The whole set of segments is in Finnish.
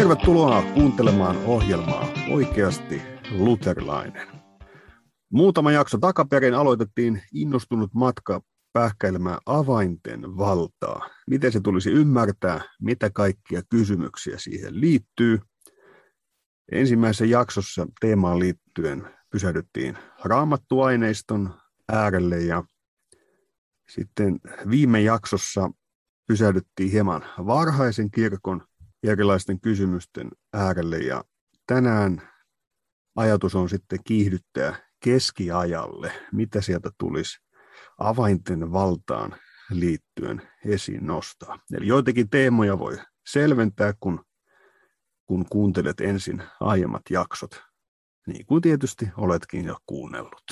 Tervetuloa kuuntelemaan ohjelmaa Oikeasti luterilainen. Muutama jakso takaperin aloitettiin innostunut matka pähkäilemään avainten valtaa. Miten se tulisi ymmärtää, mitä kaikkia kysymyksiä siihen liittyy. Ensimmäisessä jaksossa teemaan liittyen pysähdyttiin raamattuaineiston äärelle ja sitten viime jaksossa pysähdyttiin hieman varhaisen kirkon erilaisten kysymysten äärelle ja tänään ajatus on sitten kiihdyttää keskiajalle, mitä sieltä tulisi avainten valtaan liittyen esiin nostaa. Eli joitakin teemoja voi selventää, kun kuuntelet ensin aiemmat jaksot, niin kuin tietysti oletkin jo kuunnellut.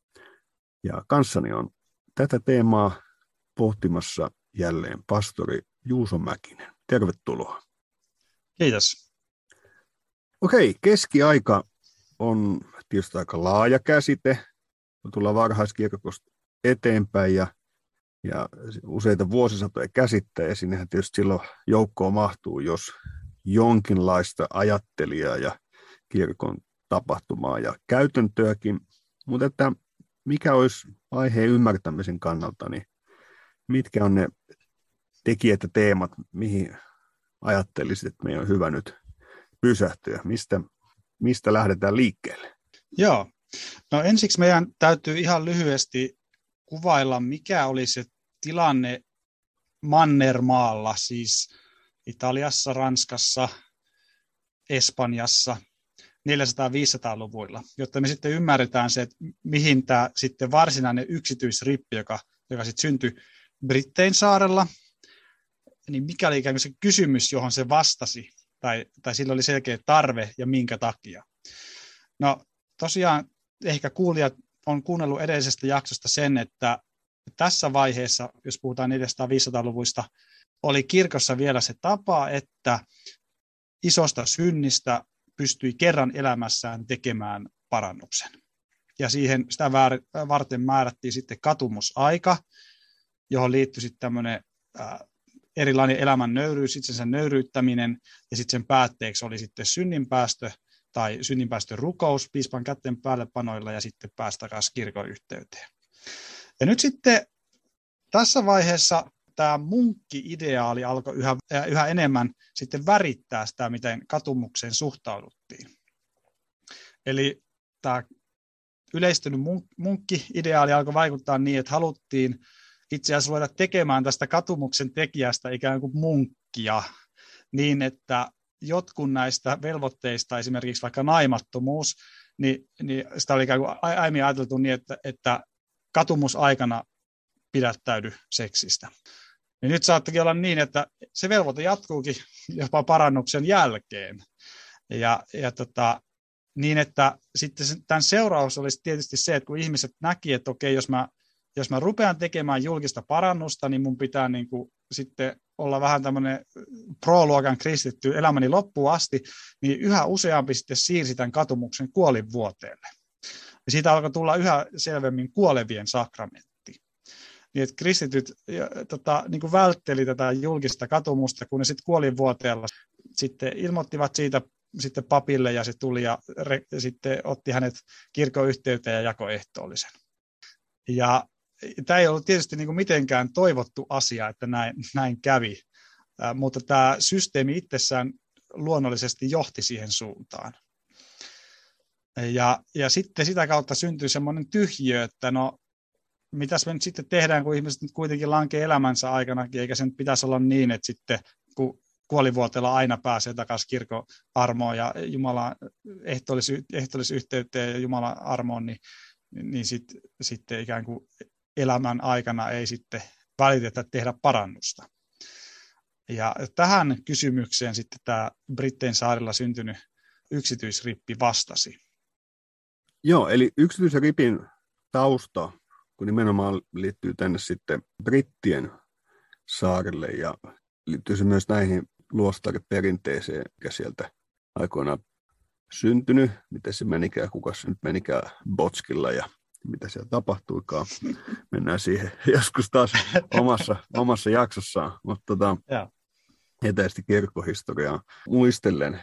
Ja kanssani on tätä teemaa pohtimassa jälleen pastori Juuso Mäkinen. Tervetuloa. Kiitos. Okei, keskiaika on tietysti aika laaja käsite. Tullaan varhaiskirkosta eteenpäin ja useita vuosisatoja käsittää. Ja sinnehän tietysti silloin joukkoon mahtuu, jos jonkinlaista ajattelijaa ja kirkon tapahtumaa ja käytäntöäkin. Mutta että mikä olisi aiheen ymmärtämisen kannalta, niin mitkä on ne tekijät ja teemat, mihin ajattelisit, että meidän on hyvä nyt pysähtyä? Mistä lähdetään liikkeelle? Joo. No ensiksi meidän täytyy ihan lyhyesti kuvailla, mikä oli se tilanne Mannermaalla, siis Italiassa, Ranskassa, Espanjassa 400-500-luvuilla, jotta me sitten ymmärretään se, että mihin tämä sitten varsinainen yksityisrippi, joka sitten syntyi Brittein saarella, niin mikä oli ikään kuin se kysymys, johon se vastasi, tai sillä oli selkeä tarve ja minkä takia. No tosiaan ehkä kuulijat on kuunnellut edellisestä jaksosta sen, että tässä vaiheessa, jos puhutaan 400-500-luvuista, oli kirkossa vielä se tapa, että isosta synnistä pystyi kerran elämässään tekemään parannuksen. Ja sitä varten määrättiin sitten katumusaika, johon liittyi sitten tämmöinen erilainen elämän nöyryys, itsensä nöyryyttäminen, ja sitten sen päätteeksi oli sitten synninpäästö tai synninpäästön rukous piispan kätten päälle panoilla ja sitten päästä kanssa kirkon yhteyteen. Ja nyt sitten tässä vaiheessa tämä munkki-ideaali alkoi yhä enemmän sitten värittää sitä, miten katumukseen suhtauduttiin. Eli tämä yleistynyt munkki-ideaali alkoi vaikuttaa niin, että haluttiin itse asiassa ruveta tekemään tästä katumuksen tekijästä ikään kuin munkkia, niin että jotkut näistä velvoitteista, esimerkiksi vaikka naimattomuus, niin sitä oli ikään kuin aiemmin ajateltu niin, että katumusaikana pidättäydy seksistä. Ja nyt saattakin olla niin, että se velvoite jatkuukin jopa parannuksen jälkeen. Niin, että sitten tämän seuraus olisi tietysti se, että kun ihmiset näki, että okei, jos mä rupean tekemään julkista parannusta, niin mun pitää niin kuin sitten olla vähän tämmöinen pro-luokan kristitty elämäni loppuun asti, niin yhä useampi sitten siirsi tämän katumuksen kuolinvuoteelle. Ja siitä alkoi tulla yhä selvemmin kuolevien sakramentti. Niin että kristityt niin kuin vältteli tätä julkista katumusta, kun ne sitten kuolinvuoteella sitten ilmoittivat siitä sitten papille, ja se tuli ja sitten otti hänet kirkon yhteyteen ja jakoi ehtoollisen. Ja tämä ei ollut tietysti niin kuin mitenkään toivottu asia, että näin kävi, mutta tämä systeemi itsessään luonnollisesti johti siihen suuntaan. Ja sitten sitä kautta syntyi semmoinen tyhjiö, että no mitäs me nyt sitten tehdään, kun ihmiset nyt kuitenkin lankee elämänsä aikanakin, eikä sen pitäisi olla niin, että sitten kun kuolivuoteella aina pääsee takaisin kirkon armoon ja Jumalan ehtoollisyhteyteen ja Jumalan armoon, niin sitten ikään kuin elämän aikana ei sitten välitetä tehdä parannusta. Ja tähän kysymykseen sitten tämä Brittein saarilla syntynyt yksityisrippi vastasi. Joo, eli yksityisripin tausta, kun nimenomaan liittyy tänne sitten Brittien saarelle ja liittyy se myös näihin luostariperinteeseen, mikä sieltä aikoinaan syntynyt, miten se menikään, kuka se nyt menikään Botskilla ja mitä siellä tapahtuikaan. Mennään siihen joskus taas omassa jaksossaan. Mutta etäisesti kirkkohistoriaa muistellen.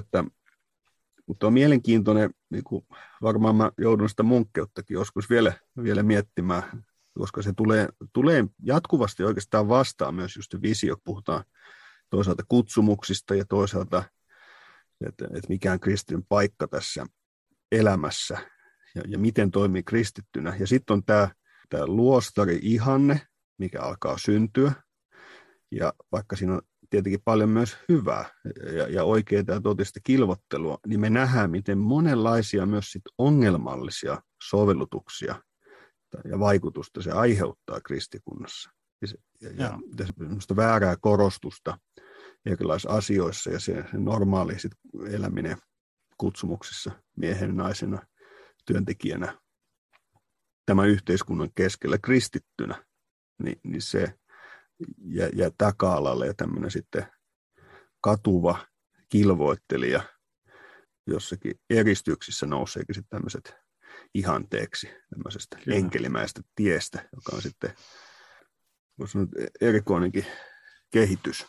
Mutta on mielenkiintoinen, niin kuin varmaan mä joudun sitä munkkeuttakin joskus vielä miettimään, koska se tulee jatkuvasti oikeastaan vastaan myös just se visio, puhutaan toisaalta kutsumuksista ja toisaalta, että mikä on kristityn paikka tässä elämässä ja miten toimii kristittynä. Ja sitten on tämä luostari-ihanne, mikä alkaa syntyä, ja vaikka siinä on tietenkin paljon myös hyvää ja oikeaa ja totista kilvottelua, niin me nähdään, miten monenlaisia myös sit ongelmallisia sovellutuksia ja vaikutusta se aiheuttaa kristikunnassa. Ja semmoista väärää korostusta erilaisissa asioissa ja se normaali sit eläminen kutsumuksissa miehen, naisena, työntekijänä tämän yhteiskunnan keskellä kristittynä, niin se ja taka-alalle ja tämmöinen sitten katuva kilvoittelija jossakin eristyksissä nouseekin sitten tämmöiset ihanteeksi tämmöisestä enkelimäistä tiestä, joka on sitten voisi sanoa erikoinenkin kehitys.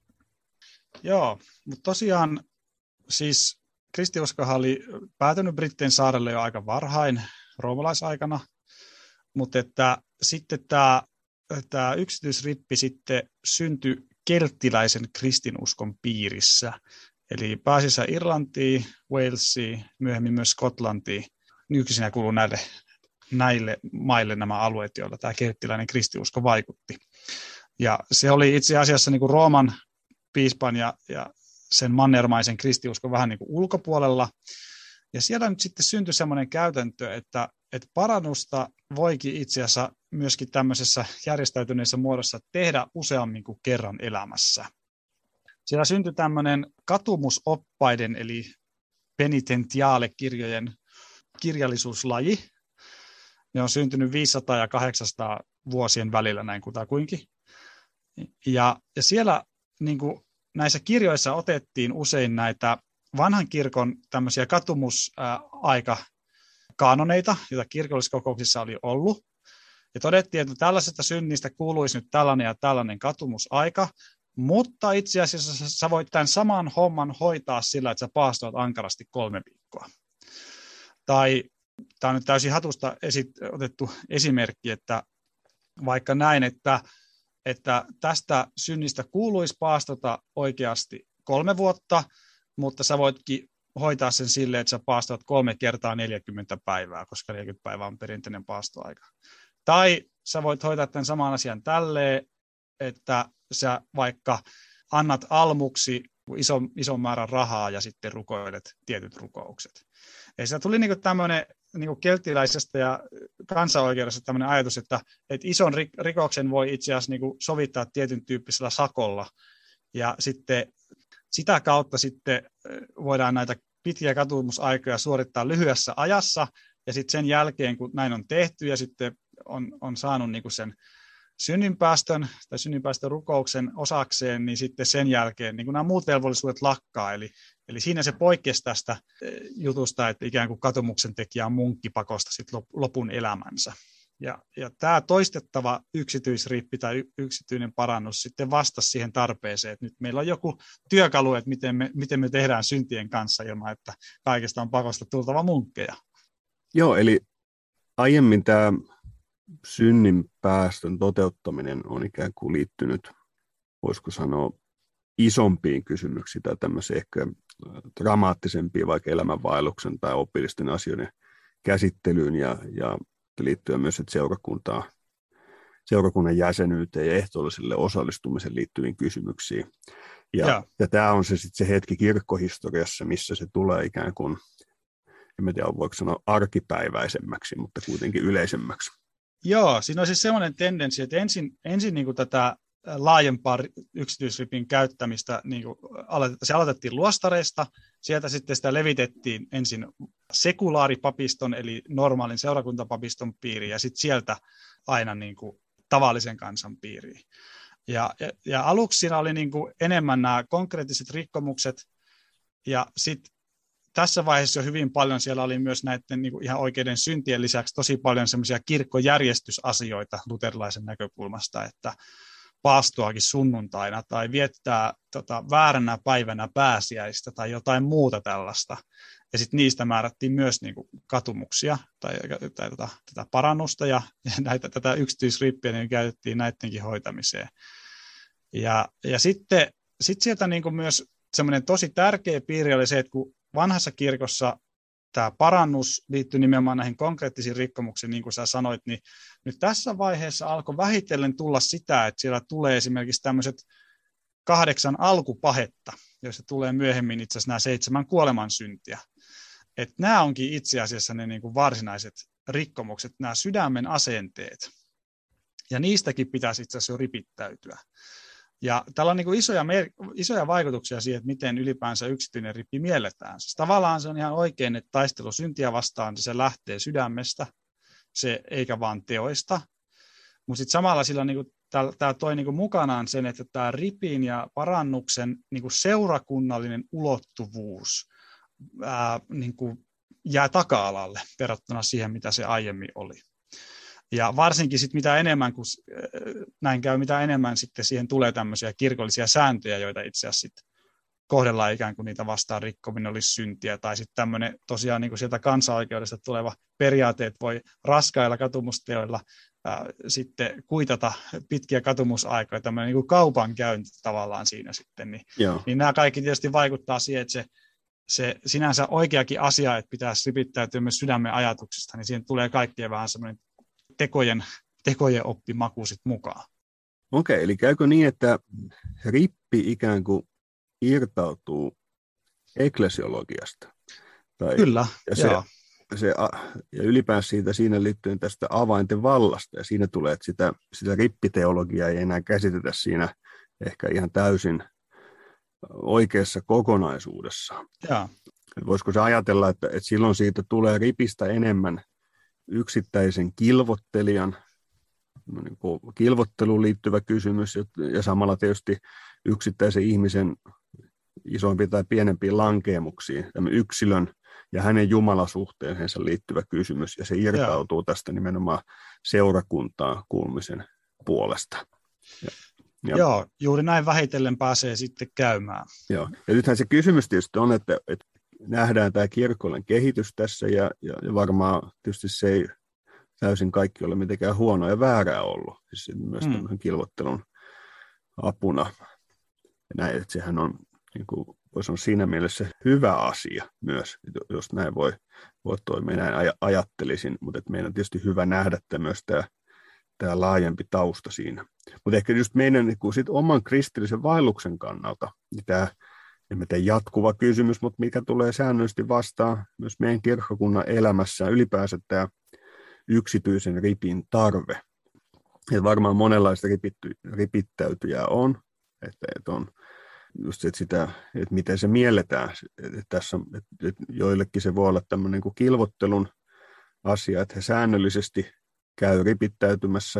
Joo, mutta tosiaan siis kristiuskohan oli päätynyt Brittein saarelle jo aika varhain roomalaisaikana, mutta että sitten tämä yksityisrippi sitten syntyi kelttiläisen kristinuskon piirissä, eli pääasiassa Irlantiin, Walesiin, myöhemmin myös Skotlantiin. Nykyisinä kuuluu näille maille nämä alueet, joilla tämä kelttiläinen kristiusko vaikutti. Ja se oli itse asiassa niin kuin Rooman piispan ja sen mannermaisen kristiuskon vähän niin kuin ulkopuolella. Ja siellä nyt sitten syntyi semmoinen käytäntö, että parannusta voikin itse asiassa myöskin tämmöisessä järjestäytyneessä muodossa tehdä useammin kuin kerran elämässä. Siellä syntyi tämmöinen katumusoppaiden eli penitentiaale-kirjojen kirjallisuuslaji. Ne on syntynyt 500 ja 800 vuosien välillä näin kutakuinkin. Ja siellä niin kuin näissä kirjoissa otettiin usein näitä vanhan kirkon tämmöisiä katumusaikakanoneita, joita kirkolliskokouksissa oli ollut. Ja todettiin, että tällaisesta synnistä kuuluisi nyt tällainen ja tällainen katumusaika, mutta itse asiassa sä voit tämän saman homman hoitaa sillä, että sä paastoat ankarasti 3 viikkoa. Tai tämä on nyt täysin hatusta otettu esimerkki, että vaikka näin, että tästä synnistä kuuluisi paastota oikeasti 3 vuotta, mutta sä voitkin hoitaa sen silleen, että sä paastot 3 kertaa 40 päivää, koska 40 päivää on perinteinen paastoaika. Tai sä voit hoitaa tämän saman asian tälleen, että sä vaikka annat almuksi ison määrän rahaa ja sitten rukoilet tietyt rukoukset. Ja sitä tuli niinku tämmöinen niinku kelttiläisestä ja kansanoikeudesta tämmöinen ajatus, että ison rikoksen voi itse asiassa niinku sovittaa tietyn tyyppisellä sakolla. Ja sitten sitä kautta sitten voidaan näitä pitkiä katumusaikoja suorittaa lyhyessä ajassa, ja sitten sen jälkeen, kun näin on tehty ja sitten on saanut niinku sen synninpäästön rukouksen osakseen, niin sitten sen jälkeen niin nämä muut velvollisuudet lakkaa. Eli siinä se poikkesi tästä jutusta, että ikään kuin katumuksen tekijä on munkkipakosta sitten lopun elämänsä. Ja tämä toistettava yksityisrippi tai yksityinen parannus sitten vastasi siihen tarpeeseen, että nyt meillä on joku työkalu, että miten me tehdään syntien kanssa ilman, että kaikesta on pakosta tultava munkkeja. Joo, eli aiemmin tämä synninpäästön toteuttaminen on ikään kuin liittynyt, voisiko sanoa, isompiin kysymyksiin tai tämmöisiin ehkä dramaattisempiin, vaikka elämänvaelluksen tai opillisten asioiden käsittelyyn ja liittyen myös seurakunnan jäsenyyteen ja ehtoolliselle osallistumiseen liittyviin kysymyksiin. Ja tämä on se sitten se hetki kirkkohistoriassa, missä se tulee ikään kuin, en tiedä voiko sanoa arkipäiväisemmäksi, mutta kuitenkin yleisemmäksi. Joo, siinä on siis sellainen tendenssi, että ensin niin kuin tätä laajempaa yksityisripin käyttämistä niin kuin se aloitettiin luostareista, sieltä sitten sitä levitettiin ensin sekulaaripapiston eli normaalin seurakuntapapiston piiriin ja sitten sieltä aina niin kuin tavallisen kansan piiriin. Ja aluksi siinä oli niin kuin enemmän nämä konkreettiset rikkomukset ja sitten tässä vaiheessa jo hyvin paljon siellä oli myös näiden niin kuin ihan oikeiden syntien lisäksi tosi paljon semmoisia kirkkojärjestysasioita luterilaisen näkökulmasta, että paastoakin sunnuntaina tai viettää vääränä päivänä pääsiäistä tai jotain muuta tällaista. Ja sitten niistä määrättiin myös niin kuin katumuksia tai tätä parannusta ja tätä yksityisrippiä niin käytettiin näidenkin hoitamiseen. Ja sitten sieltä niin kuin myös semmoinen tosi tärkeä piirre oli se, että kun vanhassa kirkossa tämä parannus liittyy nimenomaan näihin konkreettisiin rikkomuksiin, niin kuin sä sanoit, niin nyt tässä vaiheessa alkoi vähitellen tulla sitä, että siellä tulee esimerkiksi tämmöiset 8 alkupahetta, joista tulee myöhemmin itse asiassa nämä 7 kuolemansyntiä. Että nämä onkin itse asiassa ne niin kuin varsinaiset rikkomukset, nämä sydämen asenteet. Ja niistäkin pitäisi itse asiassa jo ripittäytyä. Ja tällä on niin kuin isoja vaikutuksia siihen, että miten ylipäänsä yksityinen rippi mielletään. Siis tavallaan se on ihan oikein, että taistelu syntiä vastaan, niin se lähtee sydämestä, eikä vaan teoista. Mutta sitten samalla sillä niin tämä toi niin kuin mukanaan sen, että tämä ripin ja parannuksen niin kuin seurakunnallinen ulottuvuus niin kuin jää taka-alalle verrattuna siihen, mitä se aiemmin oli. Ja varsinkin sitten mitä enemmän, kun näin käy, mitä enemmän sitten siihen tulee tämmöisiä kirkollisia sääntöjä, joita itse asiassa sitten kohdellaan ikään kuin niitä vastaan rikkominen olisi syntiä, tai sitten tämmöinen tosiaan niin kuin sieltä kansaoikeudesta tuleva periaate, että voi raskailla katumusteoilla sitten kuitata pitkiä katumusaikoja, tämmöinen niin kuin kaupankäynti tavallaan siinä sitten, niin nämä kaikki tietysti vaikuttaa siihen, että se sinänsä oikeakin asia, että pitäisi ripittäytyä myös sydämen ajatuksista, niin siihen tulee kaikkien vähän semmoinen tekojen oppimaku sitten mukaan. Okei, eli käykö niin, että rippi ikään kuin irtautuu eklesiologiasta? Kyllä, ja ylipäänsä siinä liittyen tästä avainten vallasta, ja siinä tulee, että sitä rippiteologiaa ei enää käsitetä siinä ehkä ihan täysin oikeassa kokonaisuudessa. Ja. Voisiko se ajatella, että silloin siitä tulee ripistä enemmän yksittäisen kilvottelijan, niin kuin kilvotteluun liittyvä kysymys, ja samalla tietysti yksittäisen ihmisen isompiin tai pienempiin lankeemuksiin, tämän yksilön ja hänen jumalasuhteensa liittyvä kysymys, ja se irtautuu tästä nimenomaan seurakuntaan kuulumisen puolesta. Joo, juuri näin vähitellen pääsee sitten käymään. Joo, ja nythän se kysymys tietysti on, että nähdään tämä kirkollinen kehitys tässä, ja varmaan tietysti se ei täysin kaikki ole mitenkään huonoa ja väärää ollut, siis myös tämmöisen kilvottelun apuna. Ja näin, että sehän on, niin kuin voisi sanoa, siinä mielessä hyvä asia myös, jos näin voi toimia, näin ajattelisin, mutta että meidän on tietysti hyvä nähdä myös tämä laajempi tausta siinä. Mutta ehkä just meidän niin sit oman kristillisen vaelluksen kannalta, niin tämä jatkuva kysymys, mutta mikä tulee säännöllisesti vastaan myös meidän kirkkokunnan elämässä, ylipäänsä tämä yksityisen ripin tarve. Et varmaan monenlaista ripittäytyjää on, että on just se, että miten se mielletään. Että joillekin se voi olla tämmöinen niin kuin kilvottelun asia, että he säännöllisesti käy ripittäytymässä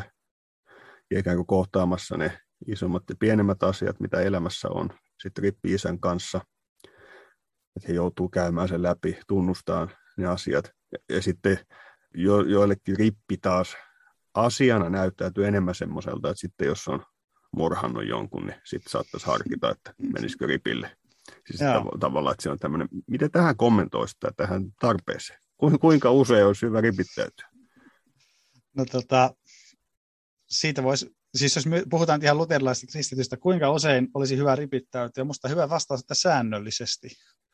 ja ikään kuin kohtaamassa ne isommat ja pienemmät asiat, mitä elämässä on sitten rippi-isän kanssa. Että he joutuu käymään sen läpi, tunnustaa ne asiat. Ja sitten joillekin rippi taas asiana näyttäytyy enemmän semmoiselta, että sitten jos on murhannut jonkun, niin sitten saattaisi harkita, että menisikö ripille. Siis tavallaan, että se on tämmöinen, miten tähän kommentoista tähän tarpeeseen? Kuinka usein olisi hyvä ripittäytyä? No siitä voisi, siis jos me puhutaan ihan luterilaisista kristitystä, kuinka usein olisi hyvä ripittäytyä? Minusta hyvä vastaus, että säännöllisesti.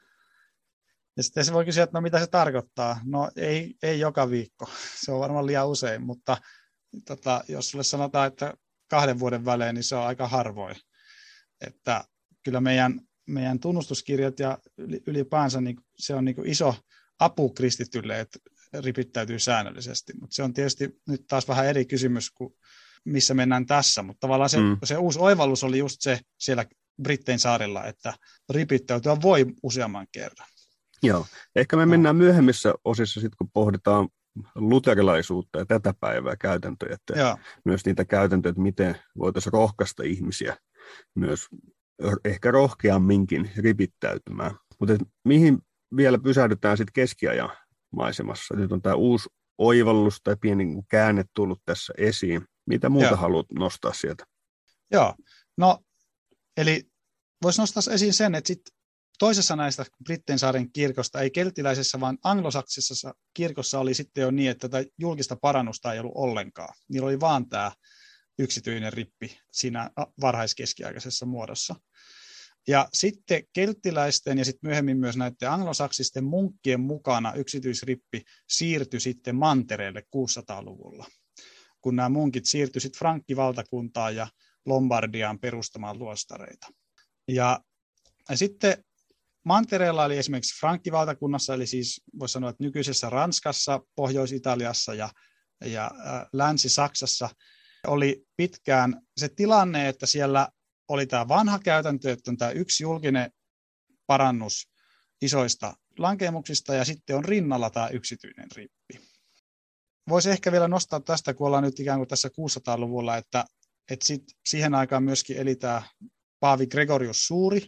Ja sitten se voi kysyä, että no mitä se tarkoittaa? No ei joka viikko, se on varmaan liian usein, mutta jos sulle sanotaan, että 2 vuoden välein, niin se on aika harvoin. Että kyllä meidän tunnustuskirjat ja ylipäänsä niin se on niin kuin iso apu kristitylle, että ripittäytyy säännöllisesti. Mutta se on tietysti nyt taas vähän eri kysymys kuin missä mennään tässä, mutta tavallaan se uusi oivallus oli just se siellä Brittein saarilla, että ripittäytyä voi useamman kerran. Joo, ehkä me mennään myöhemmissä osissa sitten, kun pohditaan luterilaisuutta ja tätä päivää käytäntöjä, että myös niitä käytäntöjä, että miten voitaisiin rohkaista ihmisiä myös ehkä rohkeamminkin ripittäytymään. Mutta mihin vielä pysähdytään sitten keskiajan maisemassa? Nyt on tämä uusi oivallus tai pieni käänne tullut tässä esiin. Mitä muuta haluat nostaa sieltä? Joo, no eli voisi nostaa esiin sen, että sit toisessa näistä Brittein-saaren kirkosta, ei kelttiläisessä, vaan anglosaksisessa kirkossa oli sitten jo niin, että tätä julkista parannusta ei ollut ollenkaan. Niillä oli vaan tämä yksityinen rippi siinä varhaiskeskiaikaisessa muodossa. Ja sitten kelttiläisten ja sitten myöhemmin myös näiden anglosaksisten munkkien mukana yksityisrippi siirtyi sitten mantereelle 600-luvulla, kun nämä munkit siirtyi sitten Frankkivaltakuntaan ja Lombardiaan perustamaan luostareita. Ja sitten mantereella oli esimerkiksi Frankkivaltakunnassa, eli siis voisi sanoa, että nykyisessä Ranskassa, Pohjois-Italiassa ja Länsi-Saksassa oli pitkään se tilanne, että siellä oli tämä vanha käytäntö, että on tämä yksi julkinen parannus isoista lankemuksista ja sitten on rinnalla tämä yksityinen rippi. Voisi ehkä vielä nostaa tästä, kun ollaan nyt ikään kuin tässä 600-luvulla, että siihen aikaan myöskin eli tämä Paavi Gregorius Suuri,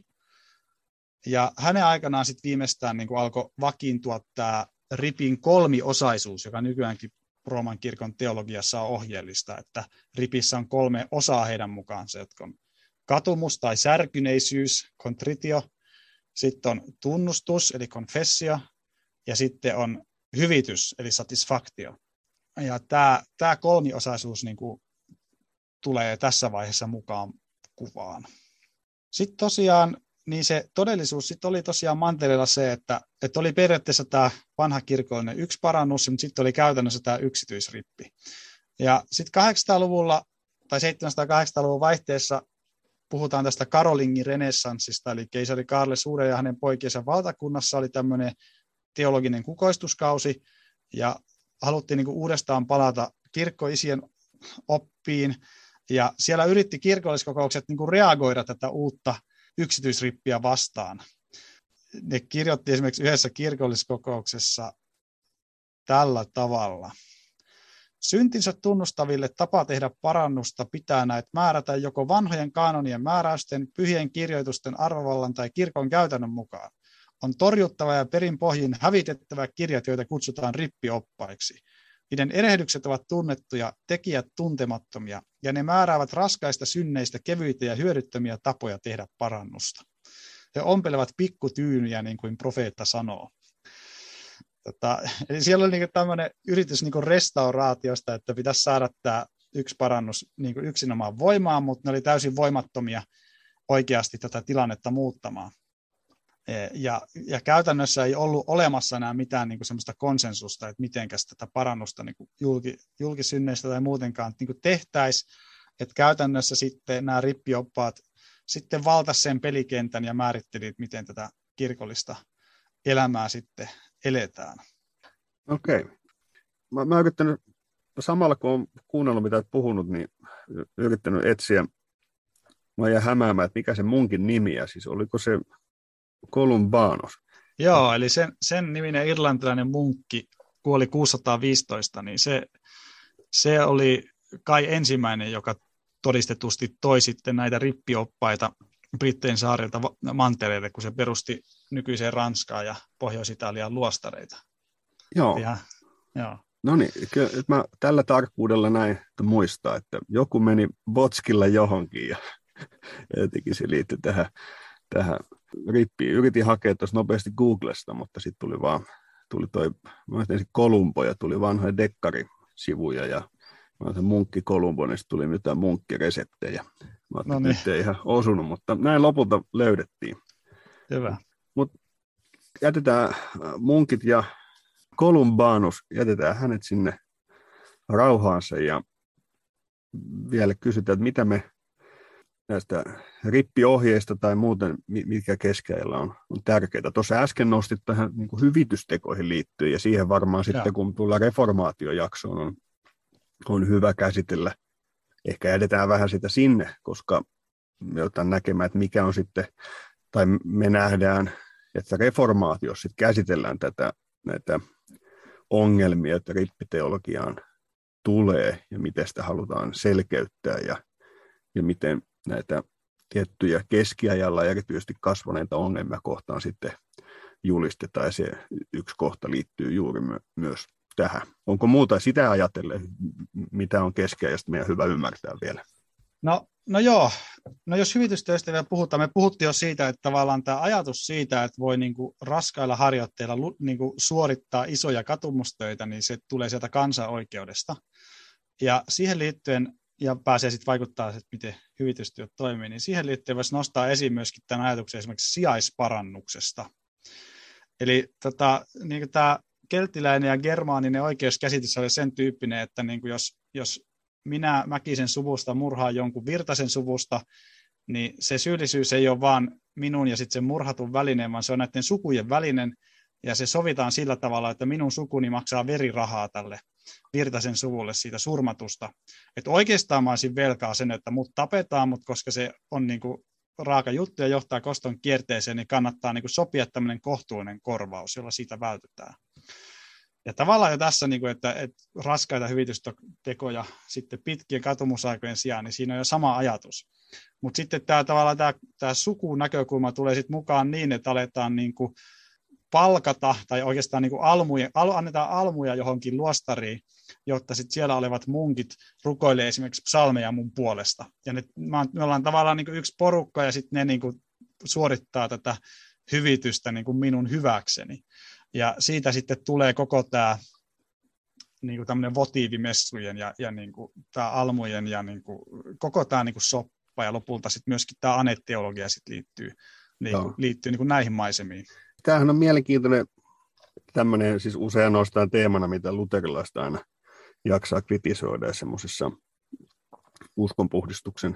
ja hänen aikanaan sitten viimeistään niin kuin alkoi vakiintua tämä ripin kolmiosaisuus, joka nykyäänkin Rooman kirkon teologiassa on ohjeellista, että ripissä on 3 osaa heidän mukaansa, jotka on katumus tai särkyneisyys, contritio, sitten on tunnustus, eli confessio, ja sitten on hyvitys, eli satisfactio. Ja tämä kolmiosaisuus niin kuin tulee tässä vaiheessa mukaan kuvaan. Sitten tosiaan, niin se todellisuus sitten oli tosiaan mantereella se, että oli periaatteessa tämä vanha kirkollinen yksi parannus, mutta sitten oli käytännössä tämä yksityisrippi. Ja sitten 800-luvulla tai 700-800-luvun vaihteessa puhutaan tästä Karolingin renessanssista, eli keisari Kaarle Suuren ja hänen poikiensa valtakunnassa oli tämmöinen teologinen kukoistuskausi, ja haluttiin niin kuin uudestaan palata kirkkoisien oppiin, ja siellä yritti kirkolliskokoukset niin kuin reagoida tätä uutta yksityisrippiä vastaan. Ne kirjoitti esimerkiksi yhdessä kirkolliskokouksessa tällä tavalla. Syntinsä tunnustaville tapa tehdä parannusta pitää näet määrätä joko vanhojen kaanonien määräysten, pyhien kirjoitusten arvovallan tai kirkon käytännön mukaan. On torjuttava ja perinpohjin hävitettävä kirjat, joita kutsutaan rippioppaiksi. Niiden erehdykset ovat tunnettuja, tekijät tuntemattomia, ja ne määräävät raskaista synneistä kevyitä ja hyödyttömiä tapoja tehdä parannusta. He ompelevat pikkutyynyjä, niin kuin profeetta sanoo. Eli siellä oli niin tämmöinen yritys niin restauraatiosta, että pitäisi saada tämä yksi parannus niin yksinomaan voimaan, mutta ne oli täysin voimattomia oikeasti tätä tilannetta muuttamaan. Ja käytännössä ei ollut olemassa enää mitään niin semmoista konsensusta, että mitenkäs tätä parannusta niin julkisynneistä tai muutenkaan niin tehtäisiin. Että käytännössä sitten nämä rippioppaat sitten valtasi sen pelikentän ja määritteli, miten tätä kirkollista elämää sitten eletään. Okei. Mä oon yrittänyt, samalla kun olen kuunnellut mitä olet puhunut, niin yrittänyt etsiä, mä jää hämäämään, että mikä se munkin nimi, ja siis oliko se Columbanus? Joo, eli sen niminen irlantilainen munkki kuoli 615, niin se oli kai ensimmäinen, joka todistetusti toi sitten näitä rippioppaita Brittein saarilta mantereelle, kun se perusti nykyiseen Ranskaan ja Pohjois-Italiaan luostareita. Joo. Joo. No niin, mä tällä tarkkuudella näin, että muistaa, että joku meni botskilla johonkin ja jotenkin se liittyi tähän rippiin. Yritin hakea tuossa nopeasti Googlesta, mutta sitten tuli toi Columbo ja tuli vanhoja dekkarisivuja ja munkki Columbo, niin tuli mitään munkkireseptejä. Mä ajattelin, että nyt ei ihan osunut, mutta näin lopulta löydettiin. Hyvä. Mutta jätetään munkit ja Columbanus, jätetään hänet sinne rauhaansa ja vielä kysytään, että mitä me näistä rippiohjeista tai muuten, mitkä keskeillä on tärkeää. Tuossa äsken nostit tähän niin kuin hyvitystekoihin liittyen ja siihen varmaan sitten, kun tullaan reformaatiojaksoon, on hyvä käsitellä. Ehkä jätetään vähän sitä sinne, koska me joudutaan näkemään, että mikä on sitten, tai me nähdään, että reformaatiossa sitten käsitellään näitä ongelmia, että rippiteologiaan tulee ja miten sitä halutaan selkeyttää ja miten näitä tiettyjä keskiajalla erityisesti kasvaneita ongelmia kohtaan sitten julistetaan ja se yksi kohta liittyy juuri myös tähän. Onko muuta sitä ajatellen, mitä on keskiajasta meidän hyvä ymmärtää vielä? No No joo, no jos hyvitystyöstä vielä puhutaan, me puhuttiin jo siitä, että tavallaan tämä ajatus siitä, että voi niinku raskailla harjoitteilla niinku suorittaa isoja katumustöitä, niin se tulee sieltä kansanoikeudesta. Ja siihen liittyen, ja pääsee sitten vaikuttaa, että miten hyvitystyöt toimii, niin siihen liittyen voisi nostaa esiin myöskin tämän ajatuksen esimerkiksi sijaisparannuksesta. Eli niin tämä kelttiläinen ja germaaninen oikeuskäsitys oli sen tyyppinen, että niin jos minä Mäkisen suvusta murhaan jonkun Virtasen suvusta, niin se syyllisyys ei ole vaan minun ja sitten sen murhatun välinen, vaan se on näiden sukujen välinen, ja se sovitaan sillä tavalla, että minun sukuni maksaa verirahaa tälle Virtasen suvulle siitä surmatusta. Että oikeastaan mä olisin velkaa sen, että mut tapetaan, mutta koska se on niinku raaka juttu ja johtaa koston kierteeseen, niin kannattaa niinku sopia tämmöinen kohtuullinen korvaus, jolla siitä vältytään. Ja tavallaan jo tässä, että raskaita hyvitystekoja sitten pitkien katumusaikojen sijaan, niin siinä on jo sama ajatus. Mutta sitten tämä sukun näkökulma tulee sitten mukaan niin, että aletaan niinku palkata tai oikeastaan niinku annetaan almuja johonkin luostariin, jotta sitten siellä olevat munkit rukoilee esimerkiksi psalmeja mun puolesta. Ja me ollaan tavallaan niinku yksi porukka ja sitten ne niinku suorittaa tätä hyvitystä niinku minun hyväkseni. Ja siitä sitten tulee koko tämä niinku tämmöinen votiivimessujen ja niinku tämä almujen ja niinku, koko tämä niinku soppa ja lopulta sitten myöskin tämä aneteologia sitten liittyy niinku näihin maisemiin. Tämähän on mielenkiintoinen tämmöinen, siis usein nostaa teemana, mitä luterilaista aina jaksaa kritisoida semmoisissa uskonpuhdistuksen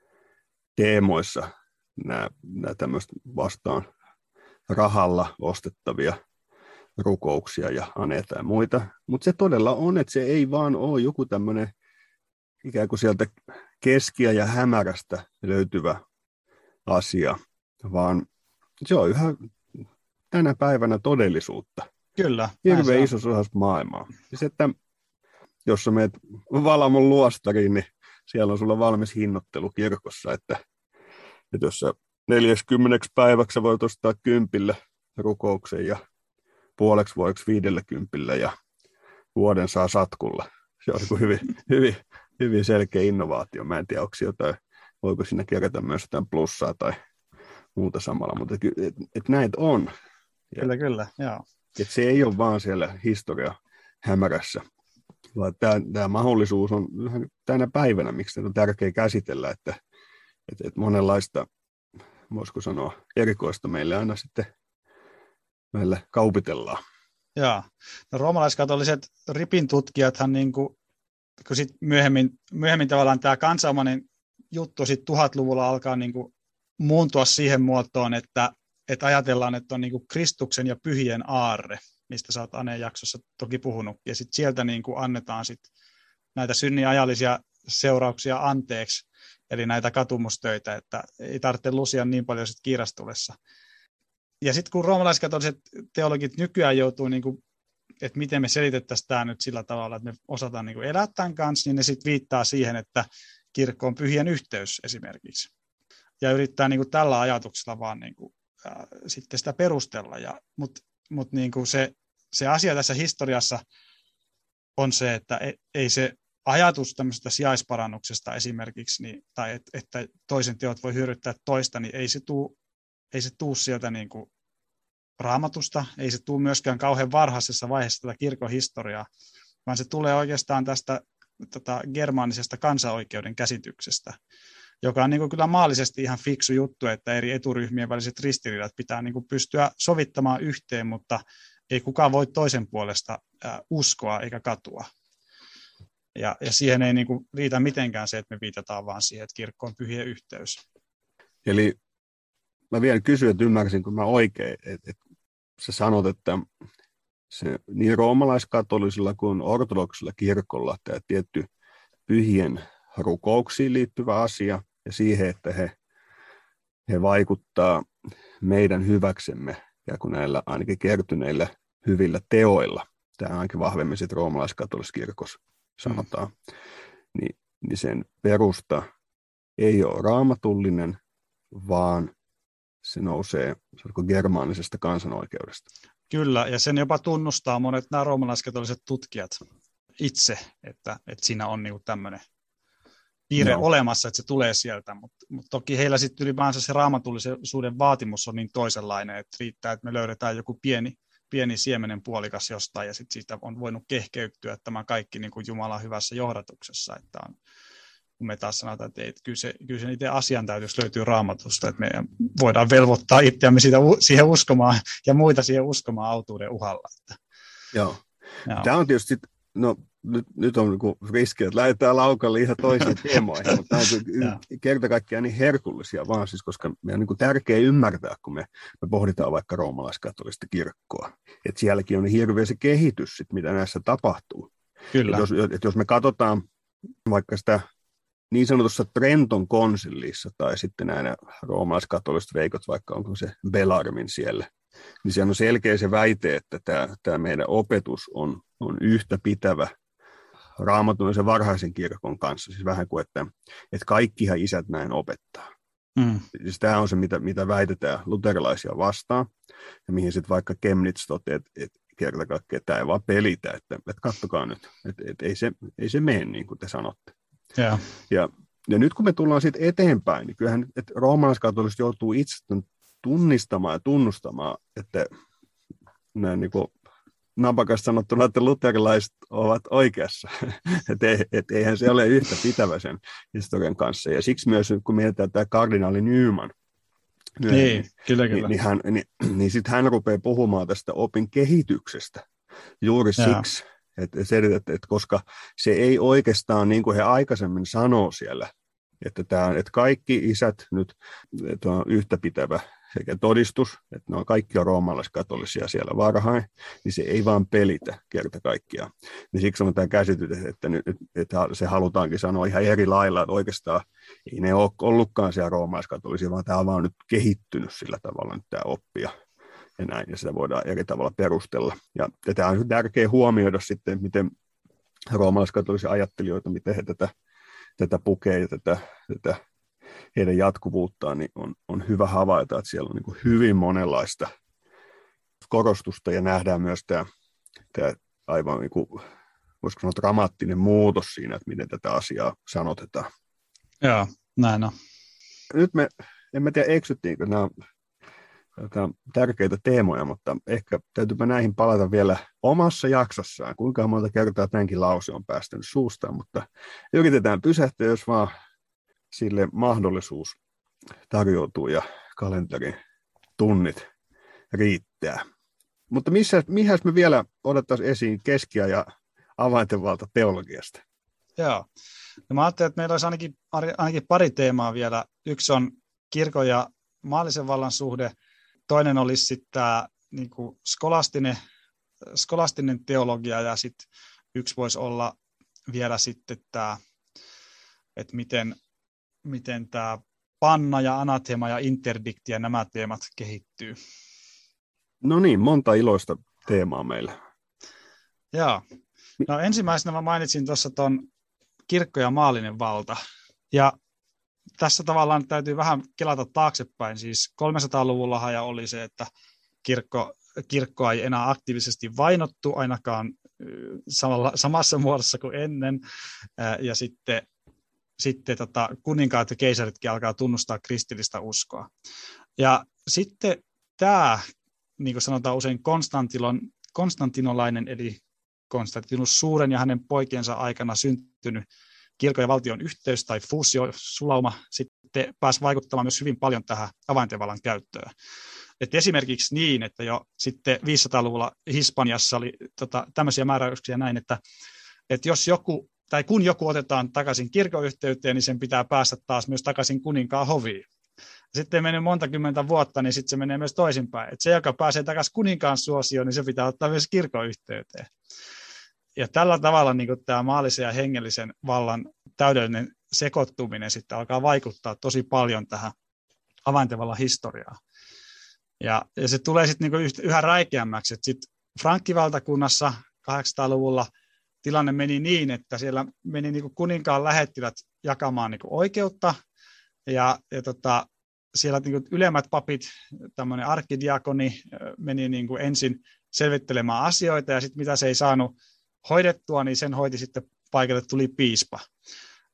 teemoissa, nämä tämmöistä vastaan rahalla ostettavia rukouksia ja aneita ja muita. Mutta se todella on, että se ei vaan ole joku tämmöinen ikään kuin sieltä keskiä ja hämärästä löytyvä asia, vaan se on yhä tänä päivänä todellisuutta. Kyllä. Hirveän iso osa maailmaa. Siis että jos sä menet Valamon luostariin, niin siellä on sulla valmis hinnoittelu kirkossa, että jos sä 40 päiväksi voit ostaa 10 rukouksen ja puoleksi vuodeksi 50 ja vuoden saa satkulla. Se on hyvin selkeä innovaatio. Mä en tiedä, onko jotain, voiko siinä kerätä myös jotain plussaa tai muuta samalla, mutta et näitä on. Kyllä, joo. Et se ei ole vaan siellä historia hämärässä, vaan tämä mahdollisuus on tänä päivänä, miksi on tärkeää käsitellä, että monenlaista, voisiko sanoa, erikoista meille aina sitten meille kaupitellaan. Joo. No, roomalaiskatoliset ripintutkijathan, kun sit myöhemmin tavallaan tämä kansanomainen juttu sit 1000-luvulla alkaa muuntua siihen muotoon, että ajatellaan, että on Kristuksen ja pyhien aarre, mistä sä oot Aneen jaksossa toki puhunut, ja sitten sieltä annetaan sit näitä synnin ajallisia seurauksia anteeksi, eli näitä katumustöitä, että ei tarvitse lusia niin paljon sit kiirastulessa. Ja sitten kun roomalaiskatoliset teologit nykyään joutuu, että miten me selitettäisiin tämä nyt sillä tavalla, että me osataan elää tämän kanssa, niin ne sitten viittaa siihen, että kirkko on pyhien yhteys esimerkiksi. Ja yrittää tällä ajatuksella vaan sitten sitä perustella. Mutta se asia tässä historiassa on se, että ei se ajatus tämmöisestä sijaisparannuksesta esimerkiksi, tai että toisen teot voi hyödyttää toista, niin ei se tuu sieltä Raamatusta, ei se tule myöskään kauhean varhaisessa vaiheessa tätä kirkon historiaa, vaan se tulee oikeastaan tästä germaanisesta kansanoikeuden käsityksestä, joka on kyllä maallisesti ihan fiksu juttu, että eri eturyhmien väliset ristiriidat pitää pystyä sovittamaan yhteen, mutta ei kukaan voi toisen puolesta uskoa eikä katua. Ja siihen ei riitä mitenkään se, että me viitataan vaan siihen, että kirkko on pyhien yhteys. Eli mä vielä kysyn, että ymmärsinkö mä oikein, että sä sanot, että se niin roomalaiskatolisella kuin ortodoksilla kirkolla tämä tietty pyhien rukouksiin liittyvä asia ja siihen, että he vaikuttaa meidän hyväksemme ja kun näillä ainakin kertyneillä hyvillä teoilla, tämä ainakin vahvemmin sitten roomalaiskatolisessa kirkossa sanotaan, niin sen perusta ei ole raamatullinen, vaan se nousee germaanisesta kansanoikeudesta. Kyllä, ja sen jopa tunnustaa monet nämä roomalaiskatoliset tutkijat itse, että siinä on tämmöinen piirre olemassa, että se tulee sieltä, mutta toki heillä sitten ylipäänsä se raamatullisuuden vaatimus on niin toisenlainen, että riittää, että me löydetään joku pieni siemenen puolikas jostain, ja sitten siitä on voinut kehkeytyä tämä kaikki niin kuin Jumalan hyvässä johdatuksessa, että on, kun me taas sanotaan, että ei, kyllä se niiden asiantäytys löytyy Raamatusta, että me voidaan velvoittaa itseämme siihen uskomaan ja muita siihen uskomaan autuuden uhalla. Että. Joo. Tämä on tietysti, no nyt on niin riski, että lähdetään laukalle ihan toisiin teemoihin, mutta tämä on kerta kaikkiaan niin herkullisia vaan, siis koska meidän on niin tärkeää ymmärtää, kun me pohditaan vaikka roomalaiskatolista kirkkoa, että sielläkin on hirveä se kehitys, sit, mitä näissä tapahtuu. Kyllä. Että jos me katsotaan vaikka sitä niin sanotussa Trenton konsillissa tai sitten näinä roomalaiskatoliset veikot, vaikka onko se Bellarmin siellä, niin siellä on selkeä se väite, että tämä meidän opetus on yhtä pitävä Raamatun ja varhaisen kirkon kanssa. Siis vähän kuin, että kaikkihan isät näin opettaa. Siis tämä on se, mitä väitetään luterilaisia vastaan, ja mihin sitten vaikka Chemnitz toteaa, että kerta kaikkiaan tämä ei vaan pelitä, että katsokaa nyt, että ei se mene niin kuin te sanotte. Yeah. Ja nyt kun me tullaan sitten eteenpäin, niin kyllähän roomalaiskatoliset joutuu itse tunnistamaan ja tunnustamaan, että näin niin kuin napakasti sanottuna, että luterilaiset ovat oikeassa. Että eihän se ole yhtä pitävä sen historian kanssa. Ja siksi myös, kun mietitään tämä kardinaali Newman, niin sitten hän rupeaa puhumaan tästä opin kehityksestä juuri siksi, että koska se ei oikeastaan, niin kuin he aikaisemmin sanoo siellä, että kaikki isät nyt on yhtä pitävä sekä todistus, että ne on kaikki roomalaiskatolisia siellä varhain, niin se ei vaan pelitä kerta kaikkiaan. Niin siksi on tämä käsitys, että se halutaankin sanoa ihan eri lailla, että oikeastaan ei ne ole ollutkaan siellä roomalaiskatolisia, vaan tämä on vaan nyt kehittynyt sillä tavalla nyt tämä oppia. Ja näin, ja sitä voidaan eri tavalla perustella. Ja tämä on tärkeää huomioida sitten, miten roomalaiskatolisia ajattelijoita, miten he tätä pukee ja tätä heidän jatkuvuuttaan, niin on hyvä havaita, että siellä on niin hyvin monenlaista korostusta, ja nähdään myös tämä aivan, niin kuin, voisiko sanoa, dramaattinen muutos siinä, että miten tätä asiaa sanotetaan. Joo, näin on. Nyt en tiedä, eksyttiinkö nämä tärkeitä teemoja, mutta ehkä täytyypä näihin palata vielä omassa jaksossaan. Kuinka monta kertaa tämänkin lause on päästänyt suustaan, mutta yritetään pysähtyä, jos vaan sille mahdollisuus tarjoutuu ja kalenterin tunnit riittää. Mutta mihin me vielä otettaisiin esiin keskiajan avaintenvalta teologiasta? Joo. No mä ajattelin, että meillä olisi ainakin pari teemaa vielä. Yksi on kirkon ja maallisen vallan suhde. Toinen olisi sitten tämä niin kuin skolastinen teologia, ja sitten yksi voisi olla vielä sitten tämä, että miten tämä panna ja anathema ja interdikti ja nämä teemat kehittyy. No niin, monta iloista teemaa meillä. Joo. No ensimmäisenä mä mainitsin tuossa tuon kirkko ja maallinen valta. Ja tässä tavallaan täytyy vähän kelata taaksepäin. Siis 300-luvullahan ja oli se, että kirkkoa ei enää aktiivisesti vainottu, ainakaan samassa muodossa kuin ennen. Ja sitten kuninkaat ja keisaritkin alkaa tunnustaa kristillistä uskoa. Ja sitten tämä, niin kuin sanotaan usein konstantinolainen, eli Konstantinus Suuren ja hänen poikiensa aikana syntynyt kirkon ja valtion yhteys tai fuusiosulauma sitten pääsi vaikuttamaan myös hyvin paljon tähän avaintevallan käyttöön. Et esimerkiksi niin, että jo sitten 500-luvulla Hispaniassa oli tämmöisiä määräyksiä näin, että jos joku tai kun joku otetaan takaisin kirkon yhteyteen, niin sen pitää päästä taas myös takaisin kuninkaan hoviin. Sitten menee monta kymmentä vuotta, niin sitten se menee myös toisinpäin. Et se, joka pääsee takaisin kuninkaan suosioon, niin se pitää ottaa myös kirkon yhteyteen. Ja tällä tavalla niin tämä maallisen ja hengellisen vallan täydellinen sekoittuminen sitten alkaa vaikuttaa tosi paljon tähän avaintevallan historiaan. Ja se tulee sitten niin yhä räikeämmäksi, että sitten Frankkivaltakunnassa 800-luvulla tilanne meni niin, että siellä meni niin kuninkaan lähettilät jakamaan niin oikeutta, ja siellä niin ylemmät papit, tämmöinen arkkidiakoni, meni niin ensin selvittelemään asioita, ja sitten mitä se ei saanut hoidettua, niin sen hoiti sitten paikalle tuli piispa.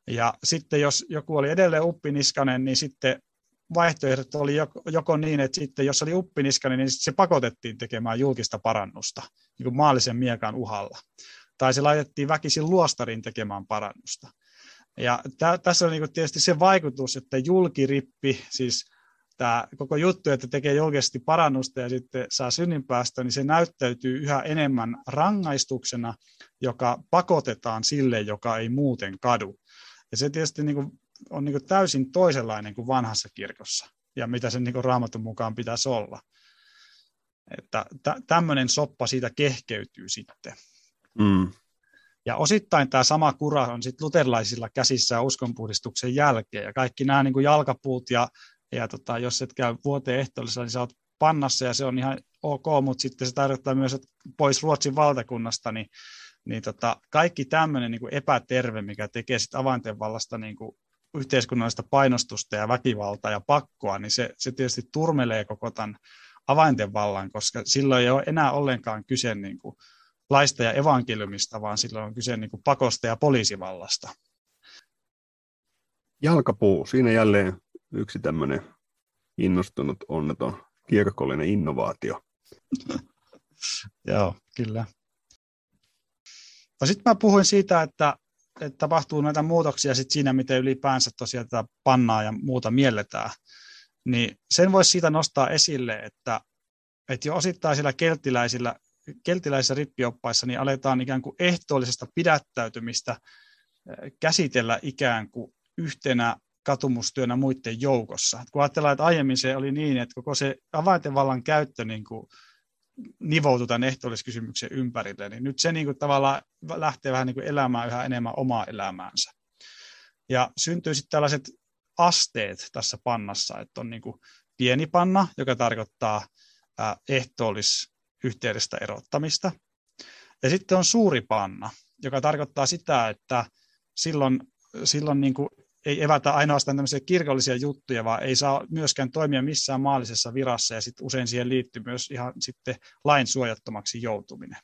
Ja sitten jos joku oli edelleen uppiniskainen, niin sitten vaihtoehdot oli joko niin, että sitten jos oli uppiniskainen, niin se pakotettiin tekemään julkista parannusta niin kuin maallisen miekan uhalla. Tai se laitettiin väkisin luostarin tekemään parannusta. Ja tässä on niin kuin tietysti se vaikutus, että julkirippi, siis tämä koko juttu, että tekee julkisesti parannusta ja sitten saa synninpäästö, niin se näyttäytyy yhä enemmän rangaistuksena, joka pakotetaan sille, joka ei muuten kadu. Ja se tietysti niin kuin on niin kuin täysin toisenlainen kuin vanhassa kirkossa, ja mitä sen niin kuin Raamatun mukaan pitäisi olla. Että tämmöinen soppa siitä kehkeytyy sitten. Mm. Ja osittain tämä sama kura on sitten luterilaisilla käsissä uskonpuhdistuksen jälkeen, ja kaikki nämä niin kuin jalkapuut, ja jos et käy vuoteen ehtoollisella, niin sä oot pannassa, ja se on ihan ok, mutta sitten se tarkoittaa myös, että pois Ruotsin valtakunnasta, niin kaikki tämmöinen niin kuin epäterve, mikä tekee sitten avainten vallasta niin kuin yhteiskunnallista painostusta ja väkivaltaa ja pakkoa, niin se tietysti turmelee koko tämän avainten vallan, koska silloin ei ole enää ollenkaan kyse niin kuin laista ja evankeliumista, vaan silloin on kyse niin kuin pakosta ja poliisivallasta. Jalkapuu, siinä jälleen yksi tämmöinen innostunut onneton kirkollinen innovaatio. Joo, kyllä. No sitten mä puhuin siitä, että tapahtuu näitä muutoksia sit siinä, miten ylipäänsä tosiaan tätä pannaa ja muuta mielletään. Niin sen voisi siitä nostaa esille, että jo osittain siellä keltiläisissä rippioppaissa niin aletaan ikään kuin ehtoollisesta pidättäytymistä käsitellä ikään kuin yhtenä katumustyönä muiden joukossa. Kun ajatellaan, että aiemmin se oli niin, että koko se avainten vallan käyttö niin kuin nivoutui tämän ehtoolliskysymyksen ympärille, niin nyt se niin kuin tavallaan lähtee vähän niin kuin elämään yhä enemmän omaa elämäänsä. Ja syntyy sitten tällaiset asteet tässä pannassa, että on niin kuin pieni panna, joka tarkoittaa ehtoollisyhteydestä erottamista. Ja sitten on suuri panna, joka tarkoittaa sitä, että silloin niin kuin ei evätä ainoastaan tämmöisiä kirkollisia juttuja, vaan ei saa myöskään toimia missään maallisessa virassa, ja sitten usein siihen liittyy myös ihan sitten lain suojattomaksi joutuminen.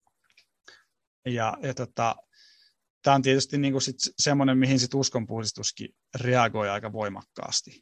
Tämä on tietysti niin kuin sit semmoinen, mihin sit uskonpuhdistuskin reagoi aika voimakkaasti.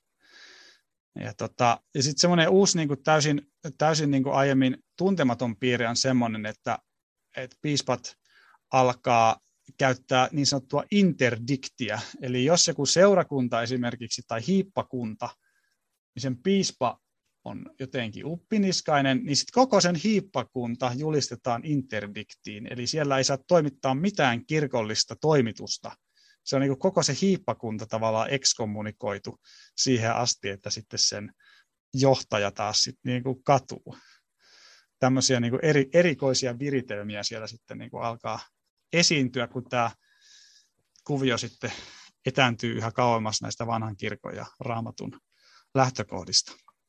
Ja sitten semmoinen uusi niin kuin täysin niin kuin aiemmin tuntematon piirre on semmoinen, että piispat alkaa käyttää niin sanottua interdiktiä. Eli jos joku seurakunta esimerkiksi tai hiippakunta, niin sen piispa on jotenkin uppiniskainen, niin sitten koko sen hiippakunta julistetaan interdiktiin. Eli siellä ei saa toimittaa mitään kirkollista toimitusta. Se on niin kuin koko se hiippakunta tavallaan ekskommunikoitu siihen asti, että sitten sen johtaja taas sitten niin kuin katuu. Tämmöisiä niin kuin erikoisia viritelmiä siellä sitten niin kuin alkaa esiintyä, kun tämä kuvio sitten etääntyy yhä kauemmas näistä vanhan kirkon ja Raamatun lähtökohdista.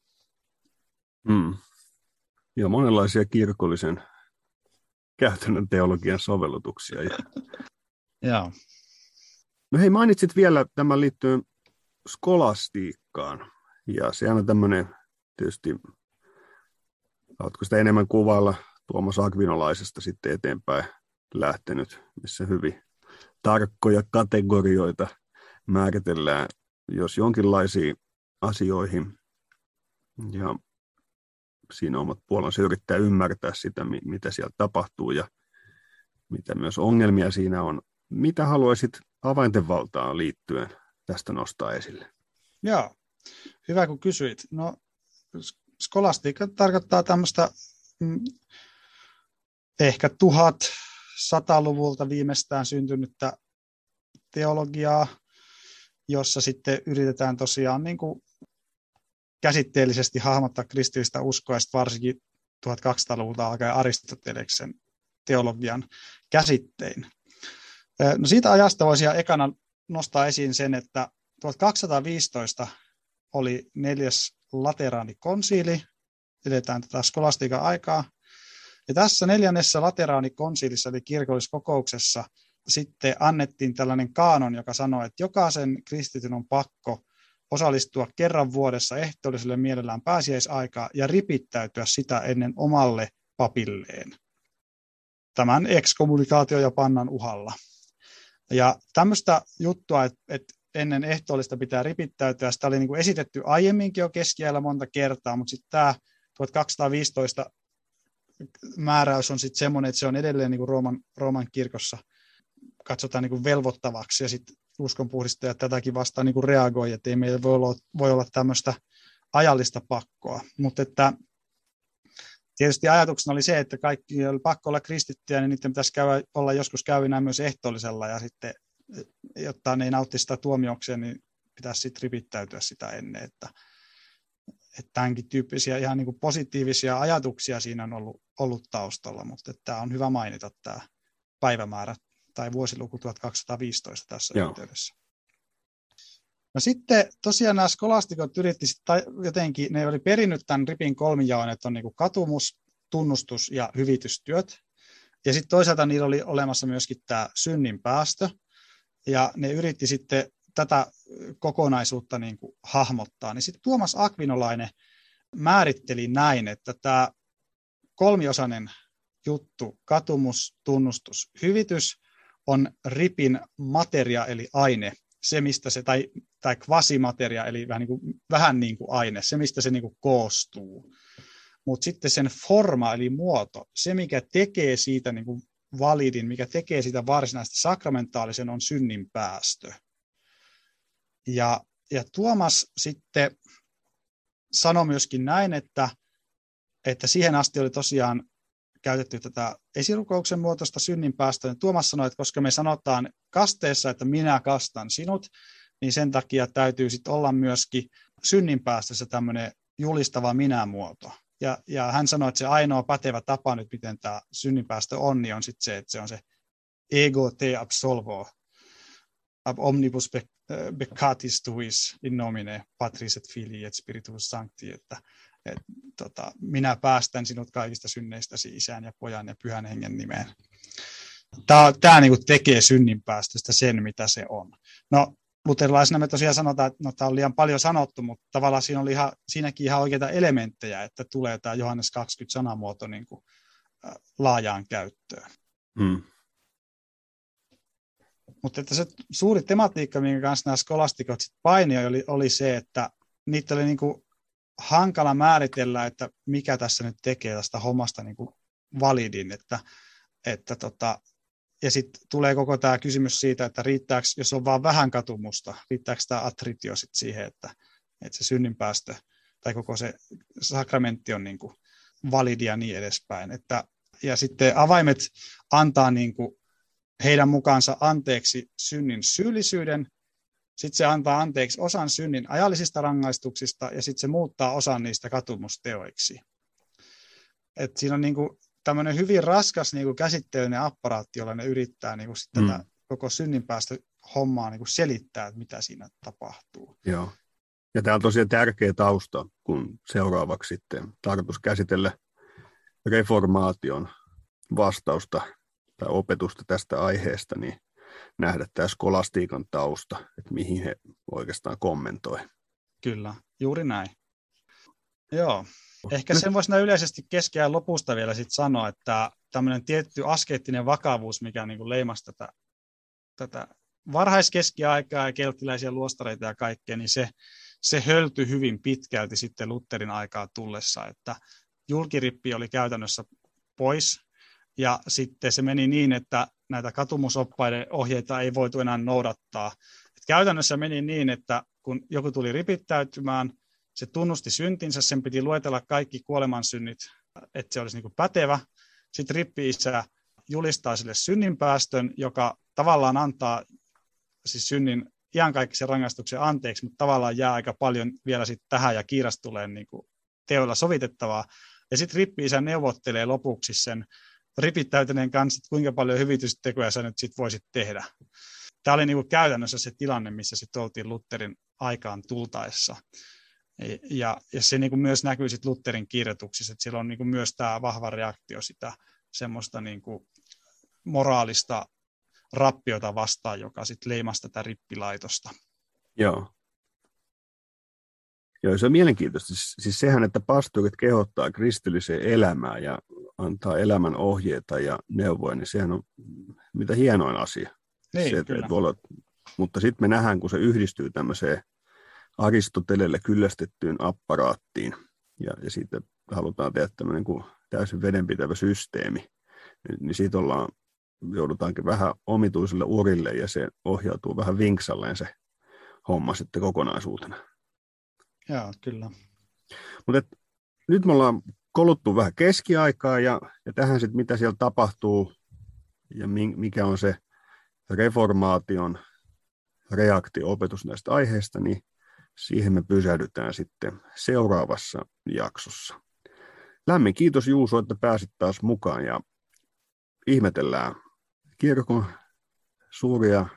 Joo, monenlaisia kirkollisen käytännön teologian sovellutuksia. Joo. No hei, mainitsit vielä tämän liittyen skolastiikkaan, ja sehän on tämmöinen tietysti, oletko sitä enemmän kuvailla Tuomas Akvinolaisesta sitten eteenpäin lähtenyt, missä hyvin tarkkoja kategorioita määritellään, jos jonkinlaisiin asioihin, ja siinä omat puolensa yrittää ymmärtää sitä, mitä siellä tapahtuu ja mitä myös ongelmia siinä on. Mitä haluaisit avainten valtaan liittyen tästä nostaa esille? Joo, hyvä kun kysyit. No, skolastiikka tarkoittaa tämmöistä ehkä 1100-luvulta viimeistään syntynyttä teologiaa, jossa sitten yritetään tosiaan niin kuin käsitteellisesti hahmottaa kristillistä uskoa, ja varsinkin 1200-luvulta alkaen Aristoteleksen teologian käsittein. No siitä ajasta voisi ihan ekana nostaa esiin sen, että 1215 oli 4. Lateraanikonsili, edetään tätä skolastiikan aikaa, ja tässä 4. Lateraanikonsilissä eli kirkolliskokouksessa sitten annettiin tällainen kaanon, joka sanoi, että jokaisen kristityn on pakko osallistua kerran vuodessa ehtoolliselle mielellään pääsiäisaikaa ja ripittäytyä sitä ennen omalle papilleen. Tämän ekskommunikaatio ja pannan uhalla. Ja tämmöistä juttua, että ennen ehtoollista pitää ripittäytyä, sitä oli niin kuin esitetty aiemminkin jo keskiajalla monta kertaa, mutta sitten tämä 1215 määräys on sitten semmoinen, että se on edelleen niin kuin Rooman kirkossa katsotaan niin kuin velvoittavaksi, ja sitten uskonpuhdistajat tätäkin vastaan niin kuin reagoi, että ei meillä voi olla tämmöistä ajallista pakkoa, mutta että tietysti ajatuksena oli se, että kaikki oli pakko olla kristittyjä, niin niiden pitäisi olla joskus käyvinään myös ehtoollisella, ja sitten, jotta ne ei nautti sitä tuomiokseen, niin pitäisi sitten ripittäytyä sitä ennen, että tämänkin tyyppisiä ihan niin kuin positiivisia ajatuksia siinä on ollut taustalla, mutta tämä on hyvä mainita tämä päivämäärä tai vuosiluku 1215 tässä yhteydessä. No sitten tosiaan nämä skolastikot yritti jotenkin, ne oli perinnyt tämän ripin kolmijaon, että on niin kuin katumus, tunnustus ja hyvitystyöt. Ja sitten toisaalta niillä oli olemassa myöskin tämä synninpäästö, ja ne yritti sitten tätä kokonaisuutta niin kuin hahmottaa. Niin sitten Tuomas Akvinolainen määritteli näin, että tämä kolmiosainen juttu, katumus, tunnustus, hyvitys, on ripin materia eli aine, se mistä se, tai kvasimateria eli vähän niin kuin aine, se mistä se niin kuin koostuu. Mutta sitten sen forma eli muoto, se mikä tekee siitä niin kuin validin, mikä tekee siitä varsinaisesti sakramentaalisen, on synninpäästö. Ja Tuomas sitten sanoi myöskin näin, että siihen asti oli tosiaan käytetty tätä esirukouksen muotoista synninpäästöä. Tuomas sanoi, että koska me sanotaan kasteessa, että minä kastan sinut, niin sen takia täytyy sitten olla myöskin synninpäästössä tämmöinen julistava minä-muoto. Ja hän sanoi, että se ainoa pätevä tapa nyt, miten tämä synninpäästö on, niin on sitten se, että se on se ego te absolvo, ab omnibus peccatis tuis in nomine Patris et Filii et Spiritus Sancti, että minä päästän sinut kaikista synneistäsi Isän ja Pojan ja Pyhän Hengen nimeen. Tämä niin kuin tekee synninpäästöstä sen, mitä se on. No, luterilaisena me tosiaan sanotaan, että tämä on liian paljon sanottu, mutta tavallaan siinäkin ihan oikeita elementtejä, että tulee tämä Johannes 20 sanamuoto niin kuin laajaan käyttöön. Mutta että se suuri tematiikka, minkä kanssa nämä skolastikot painioi, oli se, että niitä oli niin kuin hankala määritellä, että mikä tässä nyt tekee tästä hommasta niin kuin validin, ja sitten tulee koko tämä kysymys siitä, että riittääkö, jos on vaan vähän katumusta, riittääkö tämä attritio sit siihen, että se synninpäästö tai koko se sakramentti on niin kuin validi ja niin edespäin. Ja sitten avaimet antaa niin kuin heidän mukaansa anteeksi synnin syyllisyyden, sitten se antaa anteeksi osan synnin ajallisista rangaistuksista ja sitten se muuttaa osan niistä katumusteoiksi. Et siinä on niinku tämmöinen hyvin raskas niinku käsitteellinen apparaatti, jolla ne yrittää niinku tätä koko synninpäästö hommaa niinku selittää, että mitä siinä tapahtuu. Joo. Ja tämä on tosiaan tärkeä tausta, kun seuraavaksi sitten tarkoitus käsitellä reformaation vastausta tai opetusta tästä aiheesta, niin nähdä tämä skolastiikan tausta, että mihin he oikeastaan kommentoi. Kyllä, juuri näin. Joo. Ehkä sen voisi näin yleisesti keskeään lopusta vielä sit sanoa, että tämmöinen tietty askeettinen vakavuus, mikä niin kuin leimasi tätä varhaiskeskiaikaa ja kelttiläisiä luostareita ja kaikkea, niin se höltyi hyvin pitkälti sitten Lutherin aikaa tullessa, että julkirippi oli käytännössä pois, ja sitten se meni niin, että näitä katumusoppaiden ohjeita ei voitu enää noudattaa. Et käytännössä meni niin, että kun joku tuli ripittäytymään, se tunnusti syntinsä, sen piti luetella kaikki kuolemansynnit, että se olisi niin kuin pätevä. Sitten rippi-isä julistaa sille synninpäästön, joka tavallaan antaa siis synnin iankaikkisen rangaistuksen anteeksi, mutta tavallaan jää aika paljon vielä sitten tähän ja kiiras tulee niin kuin teoilla sovitettavaa. Ja sitten rippi-isä neuvottelee lopuksi sen ripittäytyneen kanssa, että kuinka paljon hyvitystekoja sä nyt sit voisit tehdä. Tämä oli niin kuin käytännössä se tilanne, missä sitten oltiin Lutherin aikaan tultaessa. Ja se niin kuin myös näkyy sitten Lutherin kirjoituksissa, että siellä on niin kuin myös tämä vahva reaktio sitä semmoista niin kuin moraalista rappiota vastaan, joka sitten leimasi tätä rippilaitosta. Joo. Joo, se on mielenkiintoista. Siis sehän, että pastorit kehottaa kristilliseen elämään ja antaa elämän ohjeita ja neuvoja, niin sehän on mitä hienoin asia. Niin, kyllä. Mutta sitten me nähdään, kun se yhdistyy tämmöiseen Aristotelelle kyllästettyyn apparaattiin, ja siitä halutaan tehdä tämmöinen kuin täysin vedenpitävä systeemi, niin siitä joudutaankin vähän omituiselle urille, ja se ohjautuu vähän vinksalleen se homma sitten kokonaisuutena. Joo, kyllä. Mutta nyt me ollaan koluttu vähän keskiaikaa, ja tähän sitten mitä siellä tapahtuu, ja mikä on se reformaation reaktio-opetus näistä aiheista, niin siihen me pysähdytään sitten seuraavassa jaksossa. Lämmin kiitos Juuso, että pääsit taas mukaan ja ihmetellään kirkon suuria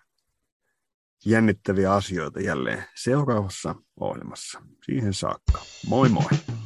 jännittäviä asioita jälleen seuraavassa ohjelmassa. Siihen saakka. Moi moi!